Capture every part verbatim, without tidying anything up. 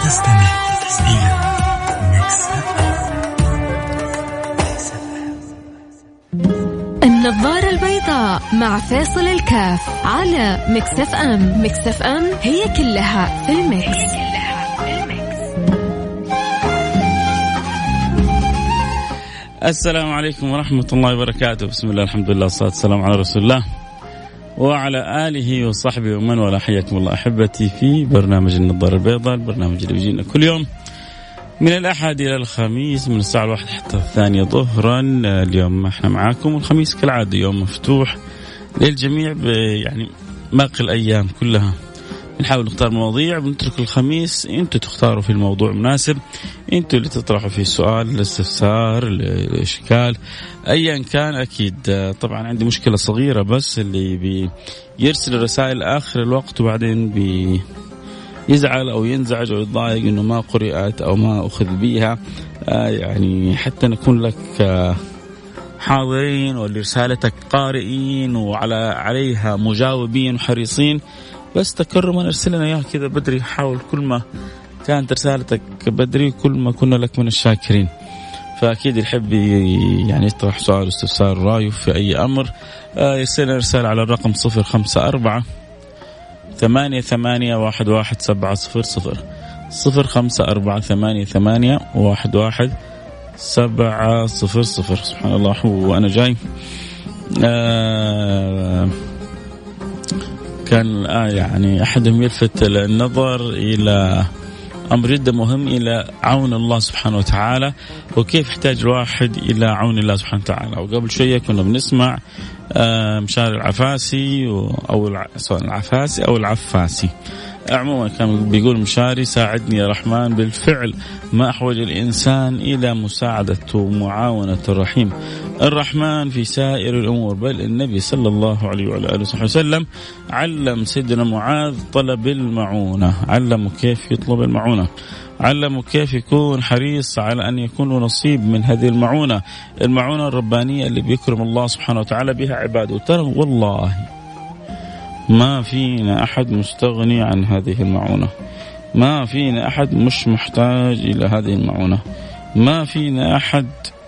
تستمع إلى ميكس النظارة البيضاء مع فاصل الكاف على ميكس اف ام. ميكس اف ام هي كلها في الميكس. السلام عليكم ورحمة الله وبركاته. بسم الله الحمد لله والصلاة والسلام على رسول الله وعلى آله وصحبه ومن والاه. حياكم الله أحبتي في برنامج النظارة البيضاء، البرنامج اللي بيجينا كل يوم من الأحد إلى الخميس من الساعة الواحدة حتى الثانية ظهرا. اليوم احنا معاكم، والخميس كالعادة يوم مفتوح للجميع، يعني باقي الأيام كلها نحاول نختار مواضيع، بنترك الخميس انتوا تختاروا في الموضوع مناسب، انتوا اللي تطرحوا فيه السؤال، الاستفسار، الاشكال، ايا كان. اكيد طبعا عندي مشكلة صغيرة بس، اللي بيرسل الرسائل اخر الوقت وبعدين بيزعل او ينزعج او يتضايق انه ما قرأت او ما اخذ بيها، آه يعني حتى نكون لك آه حاضرين ولرسالتك قارئين وعلى عليها مجاوبين وحريصين، بس تكرما ارسل لنا اياها كذا بدري. حاول كل ما كانت رسالتك بدري كل ما كنا لك من الشاكرين. فاكيد يحب يعني يطرح سؤال واستفسار رايه في اي امر، يرسل لنا رساله على الرقم صفر خمسة أربعة ثمانية ثمانية واحد واحد سبعة صفر صفر صفر خمسة أربعة ثمانية ثمانية واحد واحد سبعة صفر صفر. سبحان الله، وانا جاي آه كان آه يعني أحدهم يلفت النظر إلى أمر جدا مهم، إلى عون الله سبحانه وتعالى، وكيف يحتاج الواحد إلى عون الله سبحانه وتعالى. وقبل شوية كنا بنسمع آه مشاري العفاسي أو العفاسي أو العفاسي، عموما كان بيقول مشاري: ساعدني يا رحمن بالفعل ما أحوج الإنسان إلى مساعدته ومعاونة الرحيم الرحمن في سائر الأمور. بل النبي صلى الله عليه وعلى آله وصحبه وسلم علم سيدنا معاذ طلب المعونة، علمه كيف يطلب المعونة، علمه كيف يكون حريص على أن يكون له نصيب من هذه المعونة، المعونة الربانية اللي بيكرم الله سبحانه وتعالى بها عباده. ترى والله ما فينا أحد مستغني عن هذه المعونة، ما فينا أحد مش محتاج إلى هذه المعونة، ما فينا أحد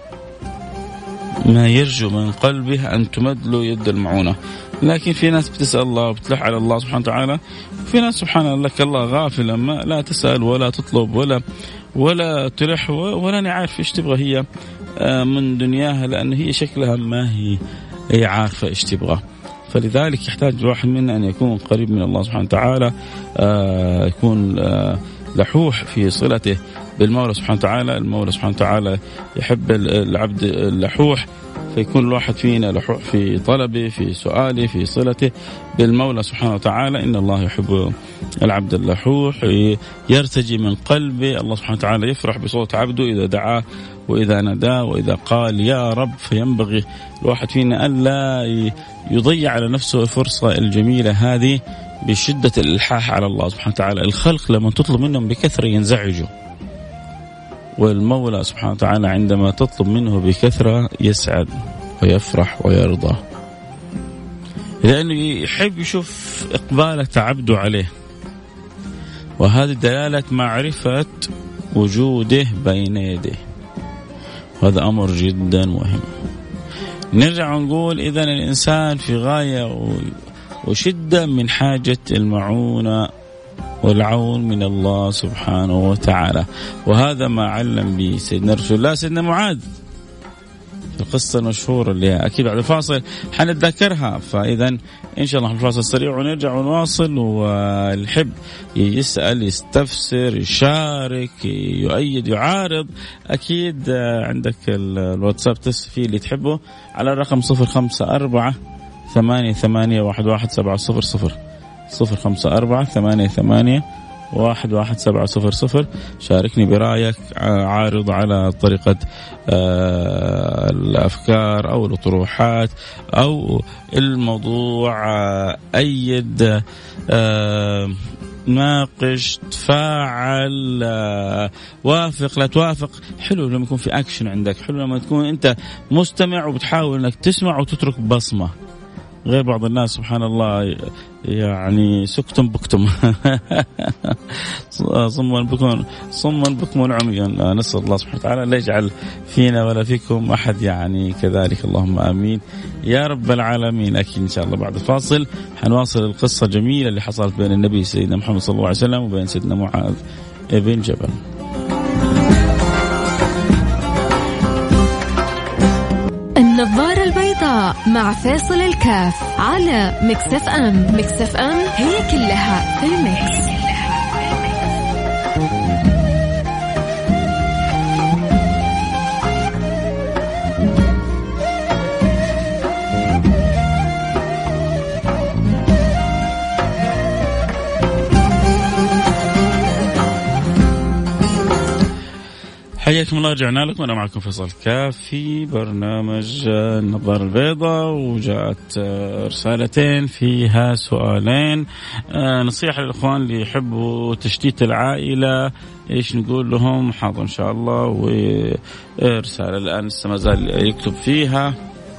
ما يرجو من قلبه أن تمد له يد المعونة. لكن في ناس بتسأل الله وبتلح على الله سبحانه وتعالى، وفي ناس سبحان الله لك الله غافل، ما لا تسأل ولا تطلب ولا ولا تلح ولا نعرف إيش تبغى هي من دنياها، لأن هي شكلها ما هي هي عارفة إيش تبغى. فلذلك يحتاج الواحد منا أن يكون قريب من الله سبحانه وتعالى، آه يكون آه لحوح في صلته بالمولى سبحانه وتعالى. المولى سبحانه وتعالى يحب العبد اللحوح، فيكون الواحد فينا لحوح في طلبه، في سؤاله، في صلته بالمولى سبحانه وتعالى. إن الله يحب العبد اللحوح، يرتجي من قلبه الله سبحانه وتعالى، يفرح بصوت عبده إذا دعاه وإذا نداه وإذا قال يا رب. فينبغي الواحد فينا أن لا يضيع على نفسه الفرصة الجميلة هذه بشدة الإلحاح على الله سبحانه وتعالى. الخلق لما تطلب منهم بكثرة ينزعجوا، والمولى سبحانه وتعالى عندما تطلب منه بكثرة يسعد ويفرح ويرضى، لأنه يحب يشوف إقبالة عبده عليه، وهذه دلالة معرفة وجوده بين يديه. هذا أمر جدا مهم. نرجع ونقول إذن الإنسان في غاية وشدة من حاجة المعونة والعون من الله سبحانه وتعالى، وهذا ما علم به سيدنا رسول الله سيدنا معاذ في القصة المشهورة اللي أكيد بعد الفاصل حنتذكرها. فإذا إن شاء الله في الفاصل السريع ونرجع ونواصل، والحب يسأل، يستفسر، يشارك، يؤيد، يعارض، أكيد عندك الواتساب تسفي اللي تحبه على الرقم صفر خمسة أربعة ثمانية ثمانية واحد واحد سبعة صفر صفر صفر خمسة أربعة ثمانية ثمانية واحد واحد سبعة صفر صفر. شاركني برأيك، عارض على طريقة الأفكار أو الأطروحات أو الموضوع، أيد، ناقش، تفاعل، وافق، لا توافق. حلو لما يكون في أكشن عندك، حلو لما تكون أنت مستمع وبتحاول أنك تسمع وتترك بصمة. غير بعض الناس سبحان الله يعني سكتم بكتم صم بكم صم بكم عمي. نسأل الله سبحانه وتعالى لا يجعل فينا ولا فيكم أحد يعني كذلك، اللهم آمين يا رب العالمين. أكيد إن شاء الله بعد الفاصل حنواصل القصة الجميلة اللي حصلت بين النبي سيدنا محمد صلى الله عليه وسلم وبين سيدنا معاذ بن جبل. النظارة البيضاء مع فاصل الكاف على ميكس اف ام. ميكس اف ام هي كلها في الميكس. حياكم الله، رجعنا لكم. أنا معكم فيصل كاف في برنامج النظارة البيضاء، وجاءت رسالتين فيها سؤالين. نصيحة للإخوان اللي يحبوا تشتيت العائلة إيش نقول لهم؟ حاضر إن شاء الله. ورسالة الآن ما زال يكتب فيها،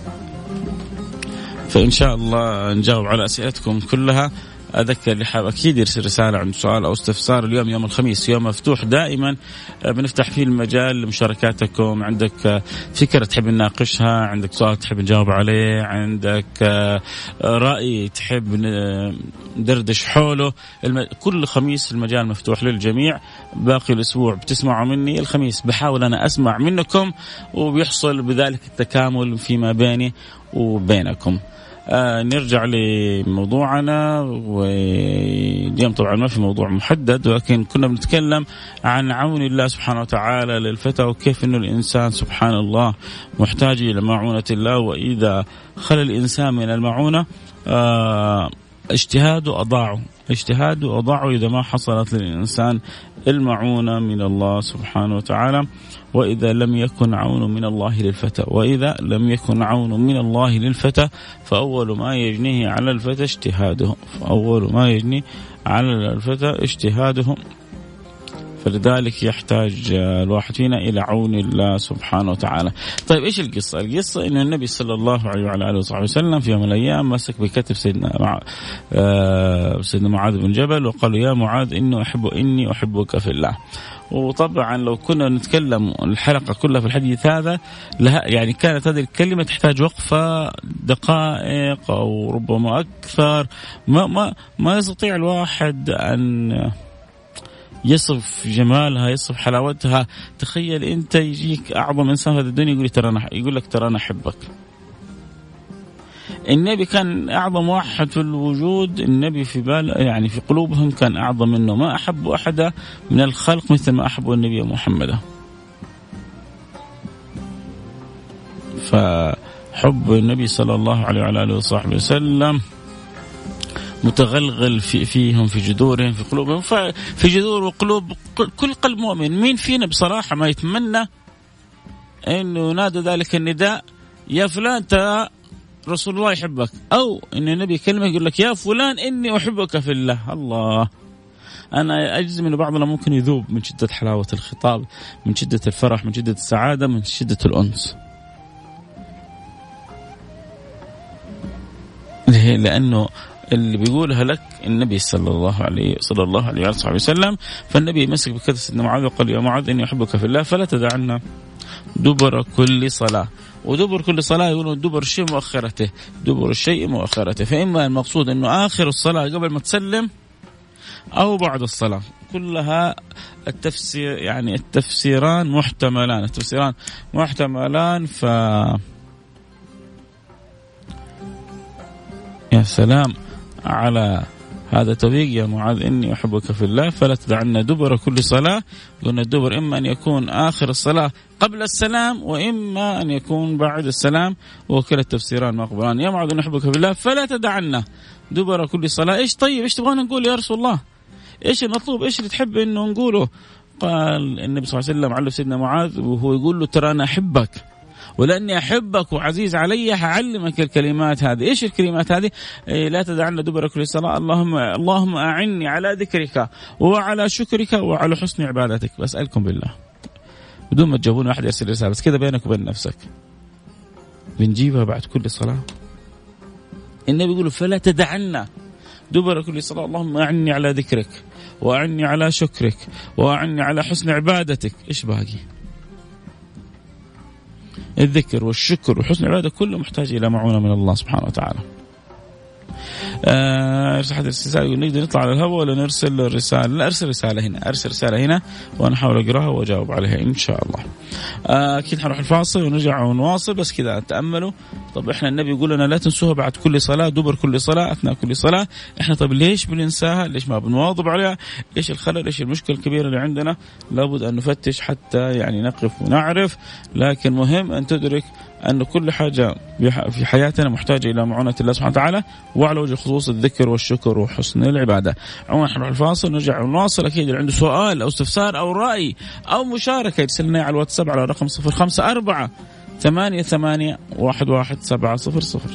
فإن شاء الله نجاوب على أسئلتكم كلها. أذكر اللي حاب أكيد يرسل رسالة عند سؤال أو استفسار. اليوم يوم الخميس يوم مفتوح دائما، بنفتح فيه المجال لمشاركاتكم. عندك فكرة تحب نناقشها، عندك سؤال تحب نجاوب عليه، عندك رأي تحب ندردش حوله، كل خميس المجال مفتوح للجميع. باقي الأسبوع بتسمعوا مني، الخميس بحاول أنا أسمع منكم وبيحصل بذلك التكامل فيما بيني وبينكم. آه نرجع لموضوعنا، واليوم طبعا ما في موضوع محدد، ولكن كنا بنتكلم عن عون الله سبحانه وتعالى للفتى، وكيف انه الانسان سبحان الله محتاج الى معونة الله، واذا خلى الانسان من المعونة آه اجتهاده أضاعه اجتهاده أضاعه إذا ما حصلت للإنسان المعونة من الله سبحانه وتعالى. وإذا لم يكن عون من الله للفتى وإذا لم يكن عون من الله للفتى فأول ما يجنيه على الفتى اجتهاده فأول ما يجني على الفتى اجتهاده فلذلك يحتاج الواحد فينا إلى عون الله سبحانه وتعالى. طيب إيش القصة؟ القصة إن النبي صلى الله عليه وعلى آله وصحبه وسلم في يوم من الأيام مسك بكتف سيدنا مع آه سيدنا معاذ بن جبل وقال يا معاذ إني أحب إني أحبك في الله. وطبعا لو كنا نتكلم الحلقة كلها في الحديث هذا لها يعني كانت هذه الكلمة تحتاج وقفة دقائق أو ربما أكثر. ما ما ما يستطيع الواحد أن يصف جمالها يصف حلاوتها. تخيل أنت يجيك أعظم إنسان في هذه الدنيا يقول ترى أنا يقول لك ترى أنا أحبك. النبي كان أعظم واحد في الوجود، النبي في بال يعني في قلوبهم كان أعظم منه، ما أحب أحدا من الخلق مثل ما أحب النبي محمد. فحب النبي صلى الله عليه وعلى آله وصحبه وسلم متغلغل في فيهم في جذورهم في قلوبهم في جذور وقلوب كل قلب مؤمن. مين فينا بصراحة ما يتمنى إنه ينادى ذلك النداء يا فلان ترى رسول الله يحبك، أو إن النبي كلمة يقول لك يا فلان إني أحبك في الله. الله أنا أجزم إنه بعضنا ممكن يذوب من شدة حلاوة الخطاب، من شدة الفرح، من شدة السعادة، من شدة الأنس. ليه؟ لأنه اللي بيقولها لك النبي صلى الله عليه صلى الله عليه وصحبه وسلم. فالنبي مسك بكتف سيدنا معاذ وقال يا معاذ إني أحبك في الله فلا تدعنا دبر كل صلاة. ودبر كل صلاة يقولون دبر الشيء مؤخرته، دبر الشيء مؤخرته. فإما المقصود إنه آخر الصلاة قبل ما تسلم أو بعد الصلاة. كلها التفسير يعني التفسيران محتملان التفسيران محتملان ف يا سلام على هذا التوفيق يا معاذ إني أحبك في الله فلا تدعنا دبر كل صلاة. قلنا الدبر إما أن يكون آخر الصلاة قبل السلام وإما أن يكون بعد السلام، وكلا التفسيران مقبولان. يا معاذ إني أحبك في الله فلا تدعنا دبر كل صلاة. إيش طيب إيش تبغانا نقول يا رسول الله؟ إيش المطلوب؟ إيش اللي تحب إنه نقوله؟ قال النبي صلى الله عليه وسلم علم سيدنا معاذ وهو يقول له ترى أنا أحبك ولأني أحبك وعزيز علي هعلمك الكلمات هذه. إيش الكلمات هذه؟ إيه لا تدعنا دبر كل صلاة اللهم اللهم أعني على ذكرك وعلى شكرك وعلى حسن عبادتك. بسألكم بالله بدون ما تجاوبون واحد يرسل رسالة بس كذا بينك وبين نفسك، بنجيبها بعد كل صلاة؟ النبي يقول فلا تدعنا دبر كل صلاة اللهم أعني على ذكرك وأعني على شكرك وأعني على حسن عبادتك. إيش باقي؟ الذكر والشكر وحسن العبادة كله محتاج إلى معونة من الله سبحانه وتعالى. ارسل حد رسالة يقول نقدر نطلع على الهواء ولا نرسل الرسالة؟ لا ارسل رسالة هنا، ارسل رسالة هنا وانا احاول اقراها واجاوب عليها ان شاء الله. اكيد حنروح الفاصل ونرجع ونواصل، بس كذا تأملوا. طب احنا النبي يقول لنا لا تنسوها بعد كل صلاة، دبر كل صلاة، اثناء كل صلاة. احنا طب ليش بننساها؟ ليش ما بنواظب عليها؟ ايش الخلل؟ ايش المشكلة الكبيرة اللي عندنا؟ لابد ان نفتش حتى يعني نقف ونعرف. لكن مهم ان تدرك أن كل حاجة في حياتنا محتاجة إلى معونة الله سبحانه وتعالى، وعلى وجه خصوص الذكر والشكر وحسن العبادة. عموما نروح الفاصل ونرجع ونواصل. أكيد اللي عنده سؤال أو استفسار أو رأي أو مشاركة يرسل لنا على الواتساب على رقم صفر خمسة أربعة ثمانية ثمانية واحد واحد سبعة صفر صفر.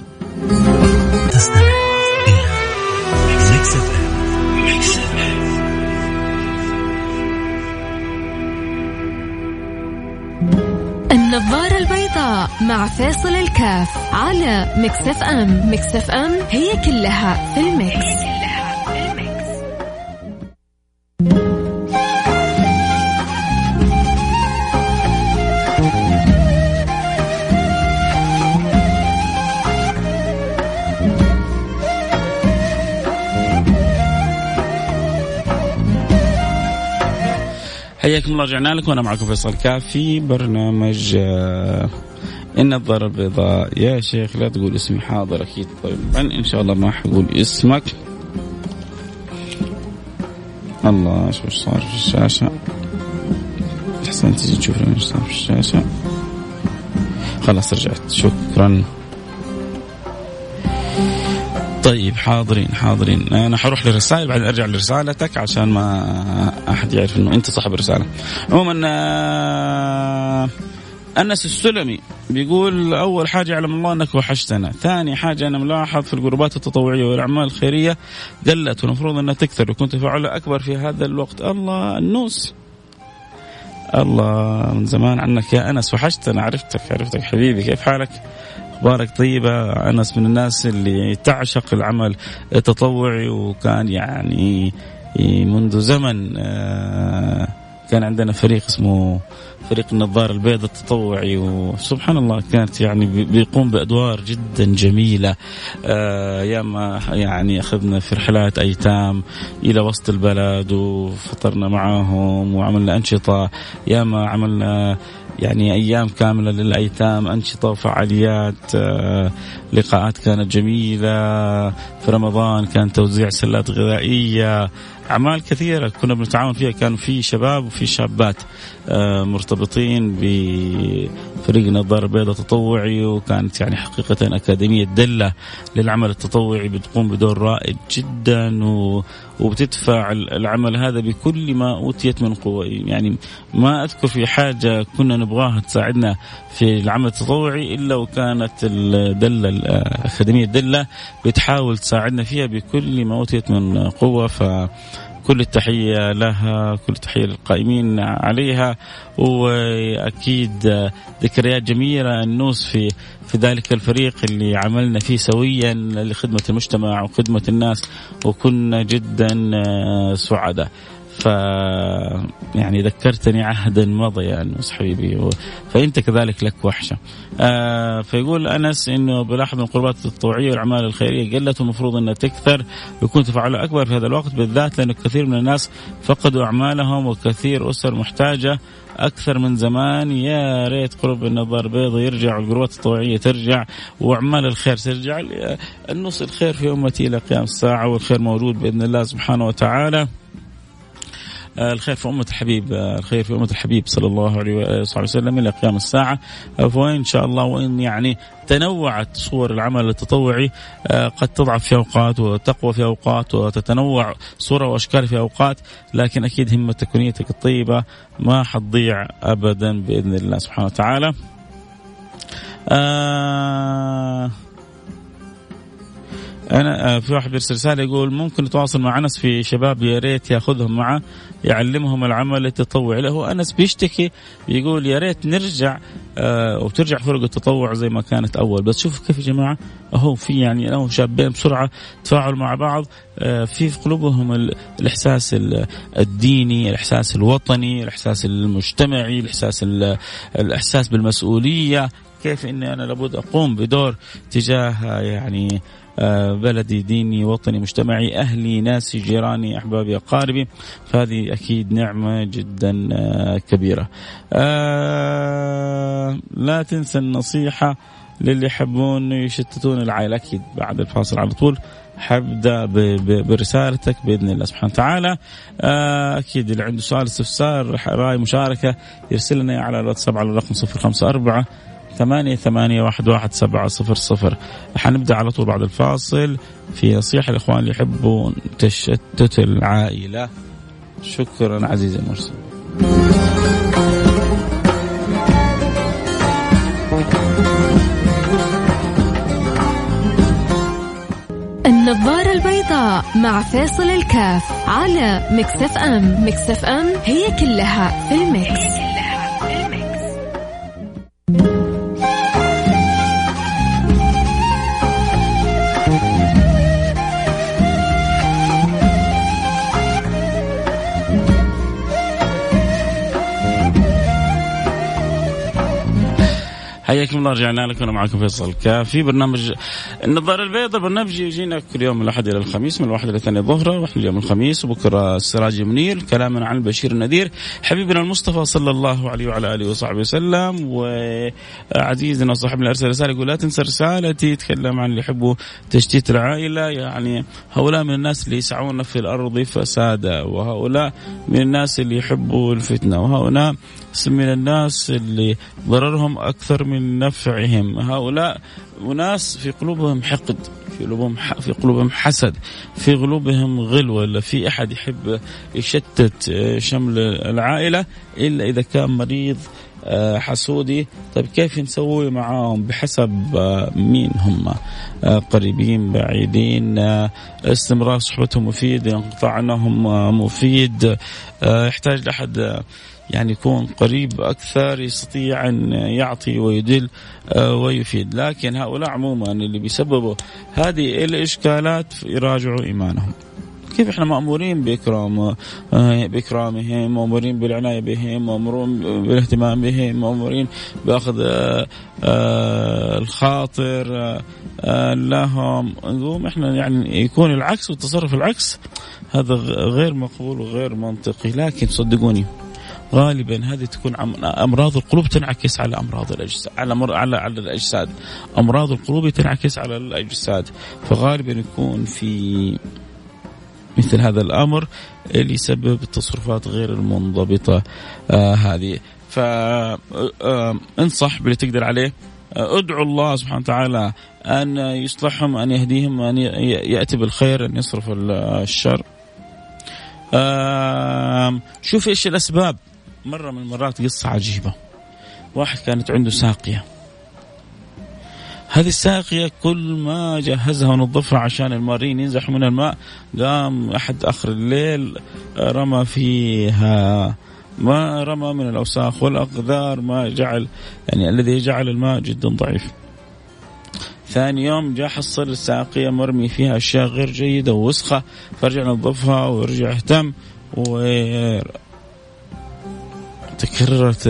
النظارة البيضاء مع فاصل الكاف على ميكس اف ام. ميكس اف ام هي كلها في الميكس. حياكم الله، رجعنا لكم وانا معكم فيصل كاف في برنامج النظارة البيضاء. يا شيخ لا تقول اسمي. حاضر اكيد طبعا ان شاء الله ما حقول اسمك. الله شو صار في الشاشة؟ احسن تجي تشوف ايش صار في الشاشة. خلاص رجعت، شكرا. طيب حاضرين حاضرين أنا حروح للرسائل بعد أرجع لرسالتك عشان ما أحد يعرف إنه أنت صاحب الرسالة. عموما أنس السلمي بيقول أول حاجة يعلم الله أنك وحشتنا. ثاني حاجة أنا ملاحظ في الجروبات التطوعية والأعمال الخيرية قلت والمفروض أنها تكثر وكنت فعالة أكبر في هذا الوقت. الله النوس، الله من زمان عنك يا أنس، وحشتنا. عرفتك عرفتك حبيبي، كيف حالك؟ أخبارك طيبة؟ أنس من الناس اللي تعشق العمل التطوعي، وكان يعني منذ زمن كان عندنا فريق اسمه فريق النظارة البيضاء التطوعي، وسبحان الله كانت يعني بيقوم بأدوار جدا جميلة. ياما يعني أخذنا في رحلات أيتام إلى وسط البلد وفطرنا معهم وعملنا أنشطة، ياما عملنا يعني أيام كاملة للأيتام، أنشطة وفعاليات، لقاءات كانت جميلة. في رمضان كان توزيع سلات غذائية، أعمال كثيرة كنا بنتعاون فيها. كان في شباب وفي شابات مرتبطين بفريق النظارة البيضاء التطوعي، وكانت يعني حقيقة أكاديمية دلة للعمل التطوعي بتقوم بدور رائد جدا، وبتدفع العمل هذا بكل ما أوتيت من قوة. يعني ما أذكر في حاجة كنا نبغاها تساعدنا في العمل التطوعي إلا وكانت الدلة الأكاديمية دلة بتحاول تساعدنا فيها بكل ما أوتيت من قوة. ف كل التحية لها، كل التحية للقائمين عليها، وأكيد ذكريات جميلة النوس في في ذلك الفريق اللي عملنا فيه سويا لخدمة المجتمع وخدمة الناس، وكنا جدا سعداء. ف يعني ذكرتني عهدا مضى يا أنس حبيبي، فأنت كذلك لك وحشة. آه فيقول أنس إنه بلاحظ من القربات التطوعية والأعمال الخيرية قلت، ومفروض أنها تكثر ويكون تفاعلها أكبر في هذا الوقت بالذات، لأنه كثير من الناس فقدوا أعمالهم وكثير أسر محتاجة أكثر من زمان. يا ريت قرب النظارة البيضاء يرجع والقربات التطوعية ترجع وأعمال الخير ترجع. النص الخير في أمتي إلى قيام الساعة، والخير موجود بإذن الله سبحانه وتعالى. الخير في أمة الحبيب، الخير في أمة الحبيب صلى الله عليه وسلم إلى قيام الساعة. فوين إن شاء الله، وإن يعني تنوعت صور العمل التطوعي، قد تضعف في أوقات وتقوى في أوقات وتتنوع صورة وأشكال في أوقات، لكن أكيد همتك ونيتك الطيبة ما حتضيع أبدا بإذن الله سبحانه وتعالى. آه أنا في واحد بيرسل رسالة يقول ممكن نتواصل مع أنس في شباب يا ريت ياخذهم معه يعلمهم العمل التطوعي. له أنس بيشتكي يقول يا ريت نرجع آه وترجع فرق التطوع زي ما كانت أول. بس شوفوا كيف يا جماعة أهو في يعني أهو شابين بسرعة تفاعلوا مع بعض، آه في في قلوبهم الإحساس الديني، الإحساس الوطني، الإحساس المجتمعي، الإحساس الإحساس بالمسؤولية، كيف إني أنا لابد أقوم بدور تجاه يعني بلدي، ديني، وطني، مجتمعي، أهلي، ناسي، جيراني، أحبابي، أقاربي. فهذه أكيد نعمة جدا كبيرة. لا تنسى النصيحة للي يحبون يشتتون العائلة. أكيد بعد الفاصل على طول حبدأ برسالتك بإذن الله سبحانه وتعالى. أكيد اللي عنده سؤال استفسار رأي مشاركة يرسل لنا على الواتساب على الرقم صفر خمسة أربعة ثمانية ثمانية واحد واحد سبعة صفر صفر. حنبدأ على طول بعد الفاصل في نصيحة الإخوان اللي يحبون تشتت العائلة. شكرا عزيزي المرسل. النظارة البيضاء مع فاصل الكاف على مكسف أم. مكسف أم هي كلها في المكس. حياكم الله، رجعنا لكم. أنا معكم فيصل كاف في برنامج النظارة البيضاء. برنامج يجينا كل يوم من الأحد إلى الخميس من الواحد إلى الثانية ظهرا، وإحنا اليوم الخميس وبكرة السراج منير. كلامنا عن البشير النذير حبيبنا المصطفى صلى الله عليه وعلى آله وصحبه وسلم. وعزيزنا صاحبنا أرسل رسالة يقول لا تنسى رسالتي تتكلم عن اللي يحبوا تشتيت العائلة. يعني هؤلاء من الناس اللي يسعون في الأرض فسادا، وهؤلاء من الناس اللي يحبوا الفتنة، وهؤلاء من الناس اللي ضررهم أكثر من نفعهم. هؤلاء وناس في قلوبهم حقد، في قلوبهم في قلوبهم حسد، في قلوبهم غل، ولا في أحد يحب يشتت شمل العائلة إلا إذا كان مريض حسودي. طيب كيف نسوي معاهم؟ بحسب مين هم، قريبين، بعيدين، استمرار صحبتهم مفيد، انقطاع عنهم مفيد. يحتاج لأحد يعني يكون قريب أكثر يستطيع أن يعطي ويدل ويفيد. لكن هؤلاء عموما اللي بيسببوا هذه الإشكالات يراجعوا إيمانهم. كيف إحنا مأمورين بإكرام بإكرامهم، مأمورين بالعناية بهم، مأمورين بالاهتمام بهم، مأمورين بأخذ الخاطر لهم. نقوم إحنا يعني يكون العكس والتصرف العكس، هذا غير مقبول وغير منطقي. لكن صدقوني غالبا هذه تكون أمراض القلوب تنعكس على أمراض الأجساد، على مر... على على الأجساد. أمراض القلوب تنعكس على الأجساد، فغالبا يكون في مثل هذا الأمر اللي يسبب التصرفات غير المنضبطة آه هذه. فانصح باللي تقدر عليه، ادعو الله سبحانه وتعالى أن يصلحهم، أن يهديهم، أن يأتي بالخير، أن يصرف الشر. آه شوف إيش الأسباب. مرة من المرات قصة عجيبة، واحد كانت عنده ساقية، هذه الساقية كل ما جهزها ونظفها عشان المارين ينزحوا من الماء، قام أحد آخر الليل رمى فيها ما رمى من الأوساخ والأقذار ما جعل يعني الذي جعل الماء جدا ضعيف. ثاني يوم جاء حصل الساقية مرمي فيها أشياء غير جيدة ووسخة، فرجع نظفها ورجع اهتم، وتكررت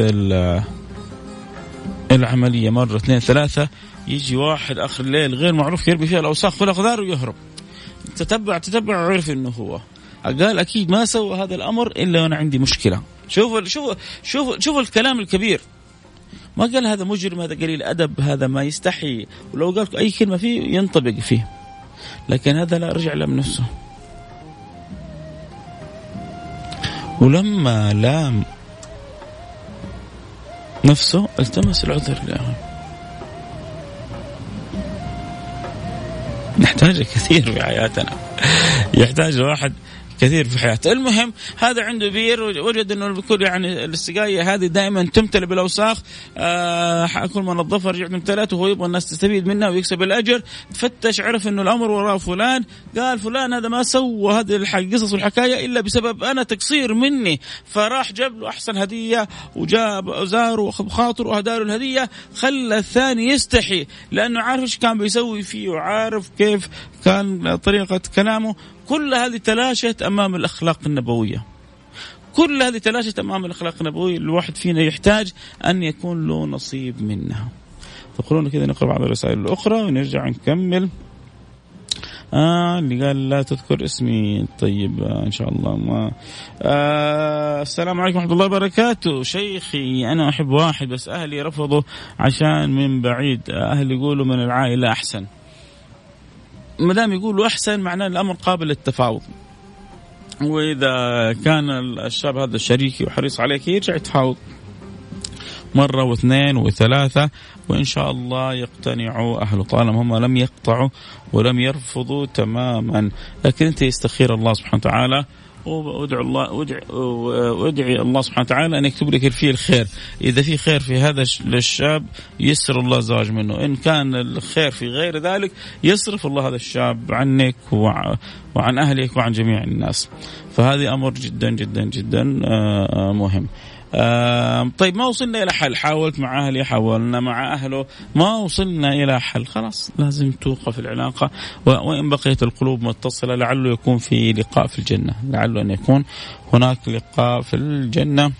العملية مرة اثنين ثلاثة. يجي واحد آخر الليل غير معروف يرمي فيها الأوساخ والأقذار ويهرب. تتبع تتبع وعرف إنه هو قال أكيد ما سوى هذا الأمر إلا وأنا عندي مشكلة. شوفوا شوفوا شوفوا شوفوا الكلام الكبير. ما قال هذا مجرم، هذا قليل أدب، هذا ما يستحي، ولو قال أي كلمة فيه ينطبق فيه. لكن هذا لا رجع لم نفسه، ولما لام نفسه التمس العذر له. نحتاج كثير في حياتنا، يحتاج واحد كثير في حياته. المهم هذا عنده بير، وجد انه البكور يعني السقايه هذه دائما تمتلئ بالاوساخ، آه كل ما نظفها رجعت امتلأت، وهو يبغى الناس تستفيد منها ويكسب الاجر. تفتش عرف انه الامر وراء فلان، قال فلان هذا ما سوى هذه القصص والحكايه الا بسبب انا، تقصير مني. فراح جاب له احسن هديه وجاب زاره واخذ خاطر وهداله الهديه، خلى الثاني يستحي لانه عارف ايش كان بيسوي فيه وعارف كيف كان طريقه كلامه. كل هذه تلاشت امام الاخلاق النبويه، كل هذه تلاشت امام الاخلاق النبويه. الواحد فينا يحتاج ان يكون له نصيب منها. فخلونا كذا نقرأ بعض الرسائل الاخرى ونرجع نكمل. آه اللي قال لا تذكر اسمي، طيب آه إن شاء الله ما آه السلام عليكم ورحمة الله وبركاته. شيخي أنا أحب واحد بس أهلي رفضوا عشان من بعيد، أهلي يقولوا من العائلة أحسن. مدام يقولوا أحسن معناه الأمر قابل للتفاوض، وإذا كان الشاب هذا الشريكي وحريص عليك يرجع يتفاوض مرة واثنين وثلاثة، وإن شاء الله يقتنعوا أهله طالما هم لم يقطعوا ولم يرفضوا تماما. لكن أنت يستخير الله سبحانه وتعالى، وادعو الله وادعي, وادعي الله سبحانه وتعالى أن يكتب لك فيه الخير. إذا في خير في هذا الشاب يسر الله الزواج منه، إن كان الخير في غير ذلك يصرف الله هذا الشاب عنك وعن أهلك وعن جميع الناس. فهذه أمر جدا جدا جدا مهم. آه طيب ما وصلنا إلى حل، حاولت مع أهلي، حاولنا مع أهله، ما وصلنا إلى حل، خلاص لازم توقف العلاقة. وإن بقيت القلوب متصلة لعله يكون في لقاء في الجنة، لعله أن يكون هناك لقاء في الجنة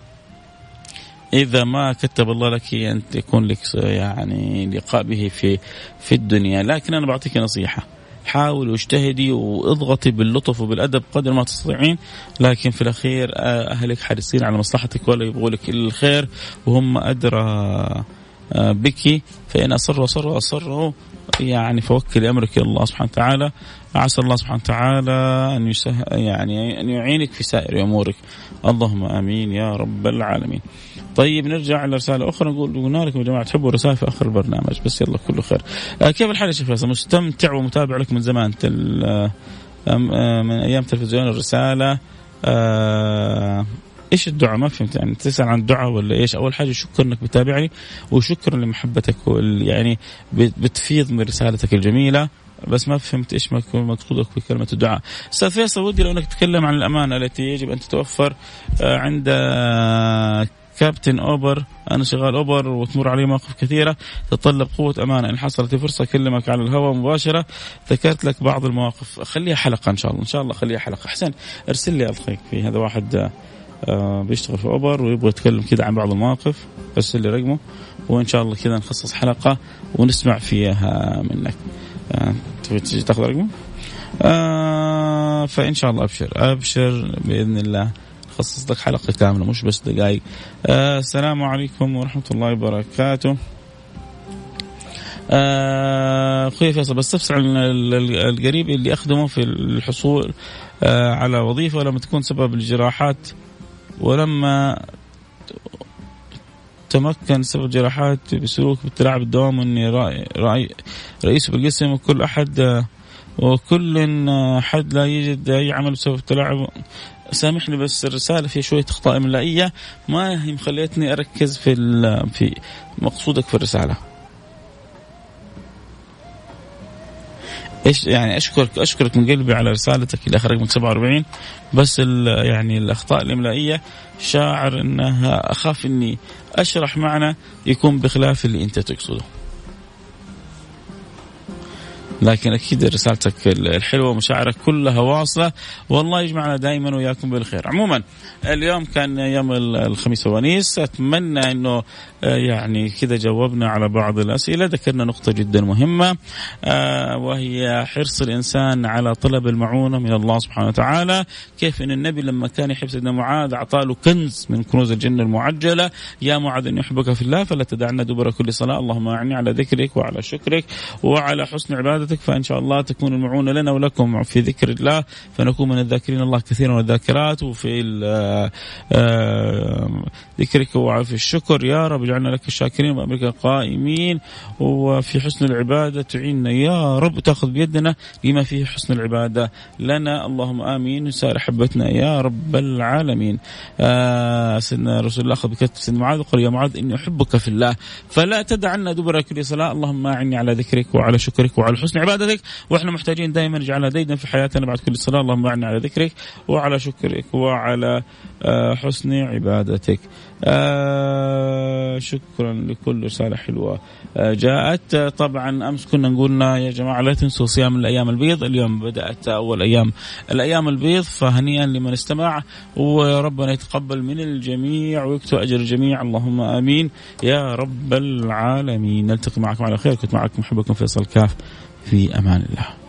إذا ما كتب الله لك أن يكون لك يعني لقاء به في في الدنيا. لكن أنا بعطيك نصيحة، حاول واجتهدي واضغطي باللطف وبالأدب قدر ما تستطيعين، لكن في الأخير أهلك حريصين على مصلحتك ولا يبغوا لك إلا الخير، وهم أدرى بك. فإن أصروا أصروا أصروا يعني فوكل أمرك إلى الله سبحانه وتعالى. عسى الله سبحانه وتعالى أن يسه يعني أن يعينك في سائر أمورك. اللهم آمين يا رب العالمين. طيب نرجع لرسالة أخرى، نقول قلنا لكم يا جماعة تحبوا الرسائل في آخر البرنامج، بس يلا كله خير. آه كيف الحال يا شيخ فيصل؟ مستمتع ومتابع لك من زمان تل آه من أيام تلفزيون الرسالة. آه إيش الدعاء؟ ما فهمت يعني تسأل عن الدعاء ولا إيش؟ أول حاجة شكرا إنك بتابعني، وشكرا لمحبتك يعني بتفيض من رسالتك الجميلة، بس ما فهمت إيش مقصودك بكلمة الدعاء. أستاذ فيصل ودي لو إنك تتكلم عن الأمانة التي يجب أن تتوفر آه عند آه كابتن أوبر. أنا شغال أوبر وتمر علي مواقف كثيرة تتطلب قوة أمانة، إن حصلت فرصة أكلمك على الهواء مباشرة. ذكرت لك بعض المواقف، خليها حلقة إن شاء الله، إن شاء الله خليها حلقة. حسن ارسل لي ألخيك في هذا واحد آه بيشتغل في أوبر ويبغى يتكلم كذا عن بعض المواقف، ارسل لي رقمه وإن شاء الله كذا نخصص حلقة ونسمع فيها منك. آه تبي تاخذ رقمه؟ آه فإن شاء الله أبشر أبشر بإذن الله خصص لك حلقة كاملة مش بس دقائق. آه السلام عليكم ورحمة الله وبركاته. آه أخوي فيصل بس تفسر عن القريب اللي أخدمه في الحصول آه على وظيفة ولما تكون سبب الجراحات، ولما تمكن سبب جراحات بسلوك بالتلاعب الدوام، وإني رأي رأي رئيس بالقسم وكل أحد آه وكل حد لا يجد أي عمل بسبب التلاعب. سامحني بس الرسالة فيها شوية أخطاء إملائية ما هي مخليتني أركز في في مقصودك في الرسالة. إيش يعني؟ أشكرك أشكرك من قلبي على رسالتك اللي آخر رقم سبعة وأربعين، بس يعني الأخطاء الإملائية شاعر أنها أخاف إني أشرح معنى يكون بخلاف اللي أنت تقصده، لكن أكيد رسالتك الحلوة ومشاعرك كلها واصلة، والله يجمعنا دائما وياكم بالخير. عموما اليوم كان يوم الخميس ونيس، أتمنى أنه يعني كذا جاوبنا على بعض الأسئلة. ذكرنا نقطة جدا مهمة وهي حرص الإنسان على طلب المعونة من الله سبحانه وتعالى. كيف أن النبي لما كان يحب سيدنا معاذ أعطاه كنز من كنوز الجنة المعجلة: يا معاذ إني أحبك في الله فلا تدعنا دبر كل صلاة اللهم أعني على ذكرك وعلى شكرك وعلى حسن عبادتك عبادتك، فإن شاء الله تكون المعونة لنا ولكم في ذكر الله، فنكون من الذاكرين الله كثيرا والذاكرات، وفي ذكرك وفي الشكر يا رب. اجعلنا لك الشاكرين وأمرك قائمين، وفي حسن العبادة تعيننا يا رب، تأخذ بيدنا لما فيه حسن العبادة لنا، اللهم آمين. وسائر حبتنا يا رب العالمين. آه سيدنا رسول الله أخذ بكتف سيدنا معاذ وقال يا معاذ إني أحبك في الله فلا تدع عنا دبر كل صلاة، اللهم أعني على ذكرك وعلى شكرك وعلى حسن عبادتك. وإحنا محتاجين دائما نجعلها ديدا في حياتنا بعد كل صلاة، اللهم أعني على ذكرك وعلى شكرك وعلى آه حسن عبادتك. آه شكرا لكل رسالة حلوة آه جاءت. طبعا أمس كنا نقولنا يا جماعة لا تنسوا صيام الأيام البيض، اليوم بدأت أول أيام الأيام البيض، فهنيئا لمن استمع، وربنا يتقبل من الجميع ويكتب أجر الجميع، اللهم آمين يا رب العالمين. نلتقي معكم على خير، كنت معكم محبكم فيصل كاف، في أمان الله.